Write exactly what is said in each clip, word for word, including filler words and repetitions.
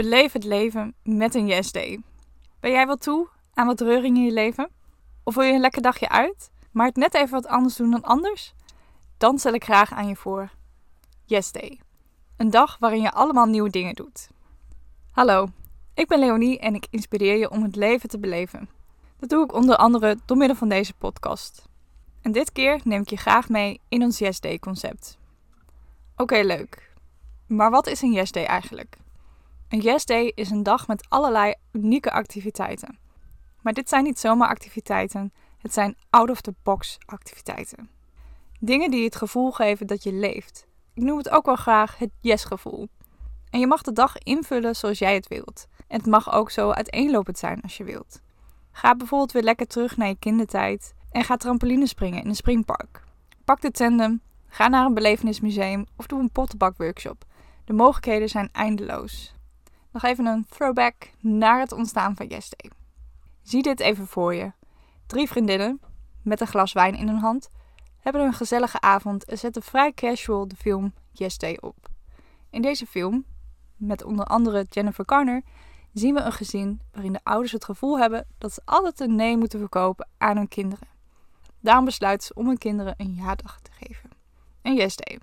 Beleef het leven met een Yes Day. Ben jij wel toe aan wat reuring in je leven? Of wil je een lekker dagje uit, maar het net even wat anders doen dan anders? Dan stel ik graag aan je voor Yes Day. Een dag waarin je allemaal nieuwe dingen doet. Hallo, ik ben Leonie en ik inspireer je om het leven te beleven. Dat doe ik onder andere door middel van deze podcast. En dit keer neem ik je graag mee in ons Yes Day concept. Oké, okay, leuk. Maar wat is een Yes Day eigenlijk? Een Yes Day is een dag met allerlei unieke activiteiten. Maar dit zijn niet zomaar activiteiten, het zijn out-of-the-box activiteiten. Dingen die het gevoel geven dat je leeft. Ik noem het ook wel graag het yes-gevoel. En je mag de dag invullen zoals jij het wilt. En het mag ook zo uiteenlopend zijn als je wilt. Ga bijvoorbeeld weer lekker terug naar je kindertijd en ga trampoline springen in een springpark. Pak de tandem, ga naar een belevenismuseum of doe een pottenbakworkshop. De mogelijkheden zijn eindeloos. Nog even een throwback naar het ontstaan van Yes Day. Zie dit even voor je. Drie vriendinnen, met een glas wijn in hun hand, hebben een gezellige avond en zetten vrij casual de film Yes Day op. In deze film, met onder andere Jennifer Garner, zien we een gezin waarin de ouders het gevoel hebben dat ze altijd een nee moeten verkopen aan hun kinderen. Daarom besluiten ze om hun kinderen een ja-dag te geven. Een Yes Day.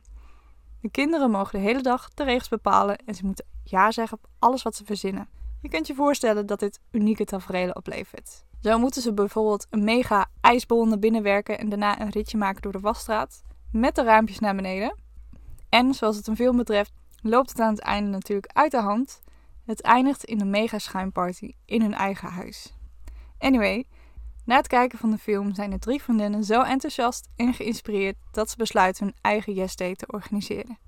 De kinderen mogen de hele dag de regels bepalen en ze moeten ja zeggen op alles wat ze verzinnen. Je kunt je voorstellen dat dit unieke taferelen oplevert. Zo moeten ze bijvoorbeeld een mega ijsbol naar binnen werken en daarna een ritje maken door de wasstraat, met de raampjes naar beneden. En zoals het een film betreft, loopt het aan het einde natuurlijk uit de hand. Het eindigt in een mega schuimparty in hun eigen huis. Anyway, na het kijken van de film zijn de drie vriendinnen zo enthousiast en geïnspireerd dat ze besluiten hun eigen Yes Day te organiseren.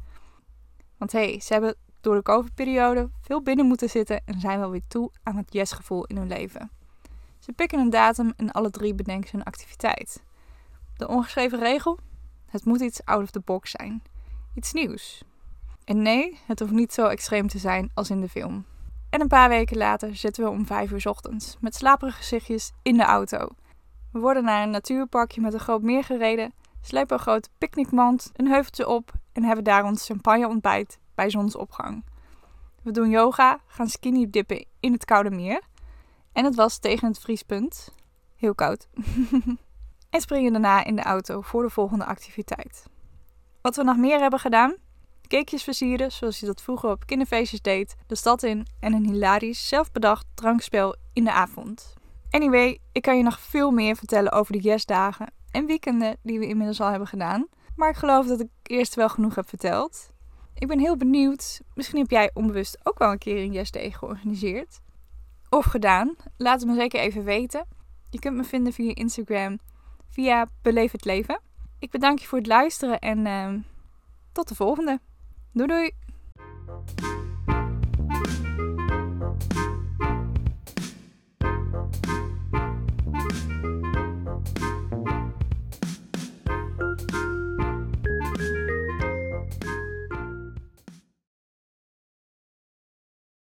Want hé, hey, ze hebben door de COVID-periode veel binnen moeten zitten en zijn wel weer toe aan het yes-gevoel in hun leven. Ze pikken een datum en alle drie bedenken ze een activiteit. De ongeschreven regel? Het moet iets out of the box zijn. Iets nieuws. En nee, het hoeft niet zo extreem te zijn als in de film. En een paar weken later zitten we om vijf uur 's ochtends met slaperige gezichtjes in de auto. We worden naar een natuurparkje met een groot meer gereden, slepen een grote picknickmand, een heuveltje op en hebben daar ons champagne ontbijt bij zonsopgang. We doen yoga, gaan skinny dippen in het koude meer. En het was tegen het vriespunt. Heel koud. En springen daarna in de auto voor de volgende activiteit. Wat we nog meer hebben gedaan? Cakejes versieren, zoals je dat vroeger op kinderfeestjes deed, de stad in en een hilarisch zelfbedacht drankspel in de avond. Anyway, ik kan je nog veel meer vertellen over de Yes-dagen en weekenden die we inmiddels al hebben gedaan. Maar ik geloof dat ik eerst wel genoeg heb verteld. Ik ben heel benieuwd, misschien heb jij onbewust ook wel een keer een Yes Day georganiseerd. Of gedaan, laat het me zeker even weten. Je kunt me vinden via Instagram, via Beleef het Leven. Ik bedank je voor het luisteren en uh, tot de volgende. Doei doei!